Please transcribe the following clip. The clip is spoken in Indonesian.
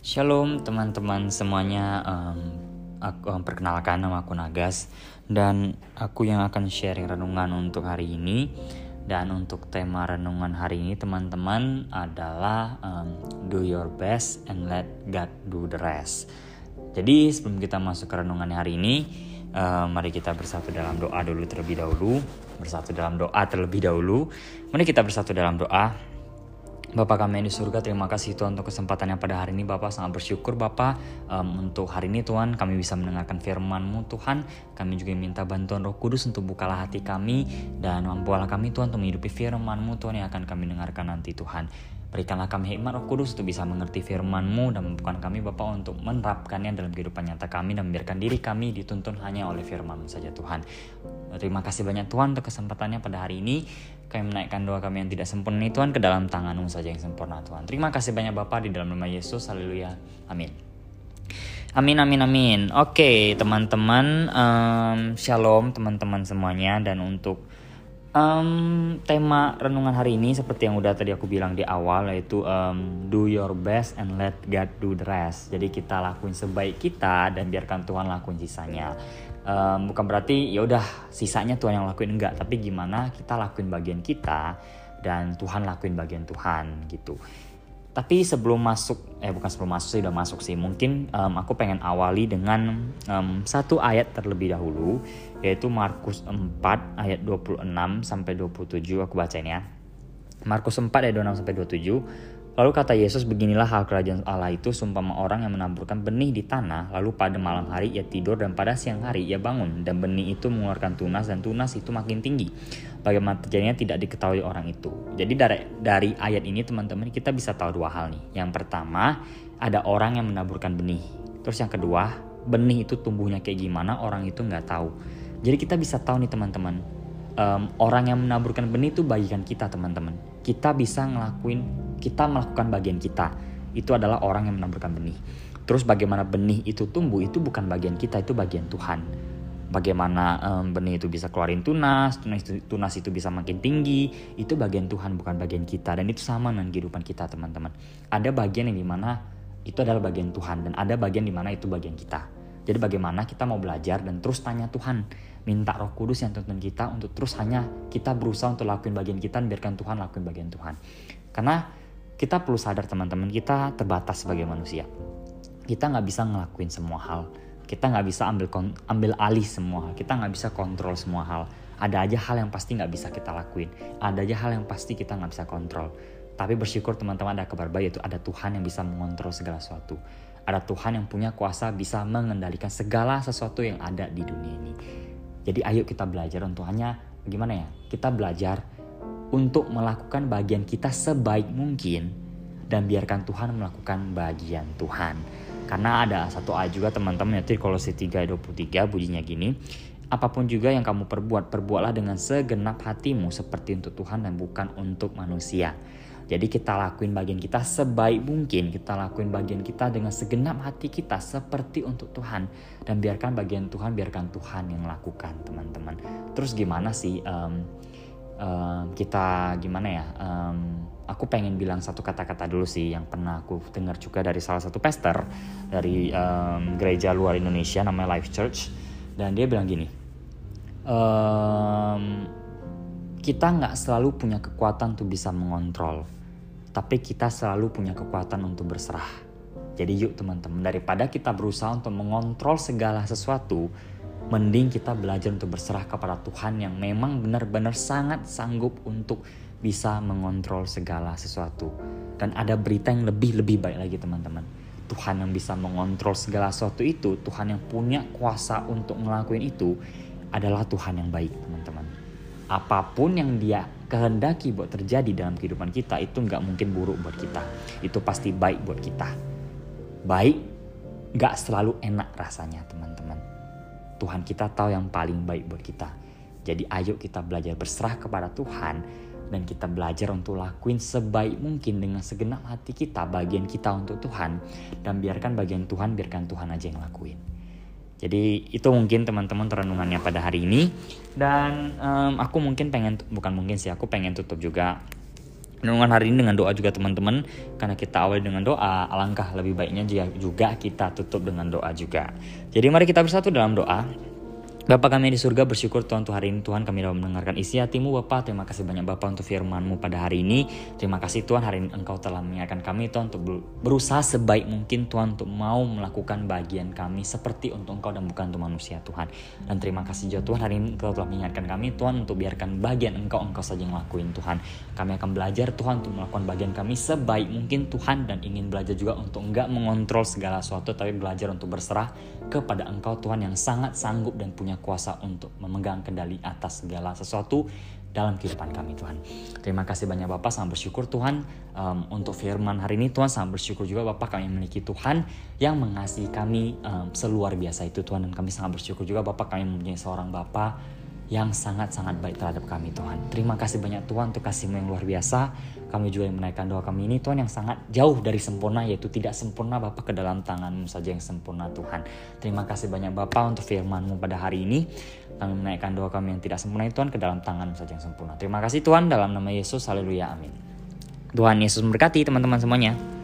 Shalom teman-teman semuanya, aku perkenalkan, nama aku Nagas dan aku yang akan sharing renungan untuk hari ini. Dan untuk tema renungan hari ini teman-teman adalah do your best and let God do the rest. Jadi sebelum kita masuk ke renungan hari ini, mari kita bersatu dalam doa terlebih dahulu. Mari kita bersatu dalam doa. Bapa kami yang di surga, terima kasih Tuhan untuk kesempatannya pada hari ini. Bapak sangat bersyukur Bapak untuk hari ini Tuhan kami bisa mendengarkan firman-Mu Tuhan. Kami juga minta bantuan Roh Kudus untuk bukalah hati kami dan mampulah kami Tuhan untuk menghidupi firman-Mu Tuhan yang akan kami dengarkan nanti Tuhan. Berikanlah kami hikmat Roh Kudus untuk bisa mengerti firman-Mu dan membukakan kami Bapak untuk menerapkannya dalam kehidupan nyata kami dan membiarkan diri kami dituntun hanya oleh firman-Mu saja Tuhan. Terima kasih banyak Tuhan untuk kesempatannya pada hari ini. Kami menaikkan doa kami yang tidak sempurna ini Tuhan ke dalam tangan-Mu saja yang sempurna Tuhan. Terima kasih banyak Bapa di dalam nama Yesus. Haleluya. Amin. Amin. Oke teman-teman, shalom teman-teman semuanya. Dan untuk tema renungan hari ini seperti yang udah tadi aku bilang di awal, yaitu do your best and let God do the rest. Jadi kita lakuin sebaik kita dan biarkan Tuhan lakuin sisanya. Bukan berarti ya udah sisanya Tuhan yang lakuin, enggak, tapi gimana kita lakuin bagian kita dan Tuhan lakuin bagian Tuhan gitu. Tapi sebelum masuk udah masuk sih. Mungkin aku pengen awali dengan satu ayat terlebih dahulu, yaitu Markus 4 ayat 26 sampai 27. Aku bacain ya. Markus 4 ayat 26 sampai 27. Lalu kata Yesus, beginilah hal kerajaan Allah itu seumpama orang yang menaburkan benih di tanah, lalu pada malam hari ia tidur dan pada siang hari ia bangun, dan benih itu mengeluarkan tunas dan tunas itu makin tinggi. Bagaimana terjadinya tidak diketahui orang itu. Jadi dari ayat ini teman-teman kita bisa tahu dua hal nih. Yang pertama, ada orang yang menaburkan benih. Terus yang kedua, benih itu tumbuhnya kayak gimana orang itu nggak tahu. Jadi kita bisa tahu nih teman-teman, orang yang menaburkan benih itu bagikan kita teman-teman. Kita melakukan bagian kita. Itu adalah orang yang menaburkan benih. Terus bagaimana benih itu tumbuh itu bukan bagian kita, itu bagian Tuhan. Bagaimana benih itu bisa keluarin tunas itu bisa makin tinggi, itu bagian Tuhan bukan bagian kita. Dan itu sama dengan kehidupan kita teman-teman. Ada bagian yang dimana itu adalah bagian Tuhan dan ada bagian dimana itu bagian kita. Jadi bagaimana kita mau belajar dan terus tanya Tuhan, minta Roh Kudus yang tuntun kita untuk terus hanya kita berusaha untuk lakuin bagian kita dan biarkan Tuhan lakuin bagian Tuhan. Karena kita perlu sadar teman-teman, kita terbatas sebagai manusia. Kita nggak bisa ngelakuin semua hal. Kita nggak bisa ambil alih semua hal. Kita nggak bisa kontrol semua hal. Ada aja hal yang pasti nggak bisa kita lakuin. Ada aja hal yang pasti kita nggak bisa kontrol. Tapi bersyukur teman-teman ada kabar baik, yaitu ada Tuhan yang bisa mengontrol segala sesuatu. Ada Tuhan yang punya kuasa bisa mengendalikan segala sesuatu yang ada di dunia ini. Jadi ayo kita belajar untuk hanya gimana ya? Kita belajar untuk melakukan bagian kita sebaik mungkin dan biarkan Tuhan melakukan bagian Tuhan. Karena ada satu ayat juga teman-teman, yaitu Kolose 3:23, bunyinya gini, apapun juga yang kamu perbuatlah dengan segenap hatimu seperti untuk Tuhan dan bukan untuk manusia. Jadi kita lakuin bagian kita sebaik mungkin, kita lakuin bagian kita dengan segenap hati kita seperti untuk Tuhan, dan biarkan Tuhan yang lakukan teman-teman. Terus gimana sih kita gimana ya? Aku pengen bilang satu kata-kata dulu sih yang pernah aku dengar juga dari salah satu pastor dari gereja luar Indonesia namanya Life Church, dan dia bilang gini, kita nggak selalu punya kekuatan untuk bisa mengontrol, tapi kita selalu punya kekuatan untuk berserah. Jadi yuk teman-teman, daripada kita berusaha untuk mengontrol segala sesuatu, mending kita belajar untuk berserah kepada Tuhan yang memang benar-benar sangat sanggup untuk bisa mengontrol segala sesuatu. Dan ada berita yang lebih baik lagi teman-teman. Tuhan yang bisa mengontrol segala sesuatu itu, Tuhan yang punya kuasa untuk ngelakuin itu adalah Tuhan yang baik teman-teman. Apapun yang dia kehendaki buat terjadi dalam kehidupan kita itu gak mungkin buruk buat kita. Itu pasti baik buat kita. Baik gak selalu enak rasanya teman-teman. Tuhan kita tahu yang paling baik buat kita. Jadi ayo kita belajar berserah kepada Tuhan dan kita belajar untuk lakuin sebaik mungkin dengan segenap hati kita bagian kita untuk Tuhan, dan biarkan Tuhan aja yang lakuin. Jadi itu mungkin teman-teman renungannya pada hari ini. Dan aku pengen tutup juga renungan hari ini dengan doa juga teman-teman. Karena kita awali dengan doa, alangkah lebih baiknya juga kita tutup dengan doa juga. Jadi mari kita bersatu dalam doa. Bapa kami di surga, bersyukur Tuhan untuk hari ini. Tuhan, kami dapat mendengarkan isi hati-Mu Bapa. Terima kasih banyak Bapa untuk firman-Mu pada hari ini. Terima kasih Tuhan, hari ini Engkau telah mengingatkan kami Tuhan untuk berusaha sebaik mungkin Tuhan untuk mau melakukan bagian kami seperti untuk Engkau dan bukan untuk manusia Tuhan. Dan terima kasih juga Tuhan, hari ini Engkau telah mengingatkan kami Tuhan untuk biarkan bagian Engkau saja yang lakuin Tuhan. Kami akan belajar Tuhan untuk melakukan bagian kami sebaik mungkin Tuhan, dan ingin belajar juga untuk enggak mengontrol segala sesuatu, tapi belajar untuk berserah kepada Engkau Tuhan yang sangat sanggup dan punya kuasa untuk memegang kendali atas segala sesuatu dalam kehidupan kami Tuhan. Terima kasih banyak Bapak, sangat bersyukur Tuhan untuk firman hari ini Tuhan. Sangat bersyukur juga Bapak, kami memiliki Tuhan yang mengasihi kami seluar biasa itu Tuhan. Dan kami sangat bersyukur juga Bapak, kami mempunyai seorang Bapak yang sangat-sangat baik terhadap kami Tuhan. Terima kasih banyak Tuhan untuk kasih-Mu yang luar biasa. Kami juga yang menaikkan doa kami ini Tuhan yang sangat jauh dari sempurna, yaitu tidak sempurna Bapa, ke dalam tangan-Mu saja yang sempurna Tuhan. Terima kasih banyak Bapa untuk firman-Mu pada hari ini. Kami menaikkan doa kami yang tidak sempurna Tuhan ke dalam tangan-Mu saja yang sempurna. Terima kasih Tuhan, dalam nama Yesus, haleluya, amin. Tuhan Yesus memberkati teman-teman semuanya.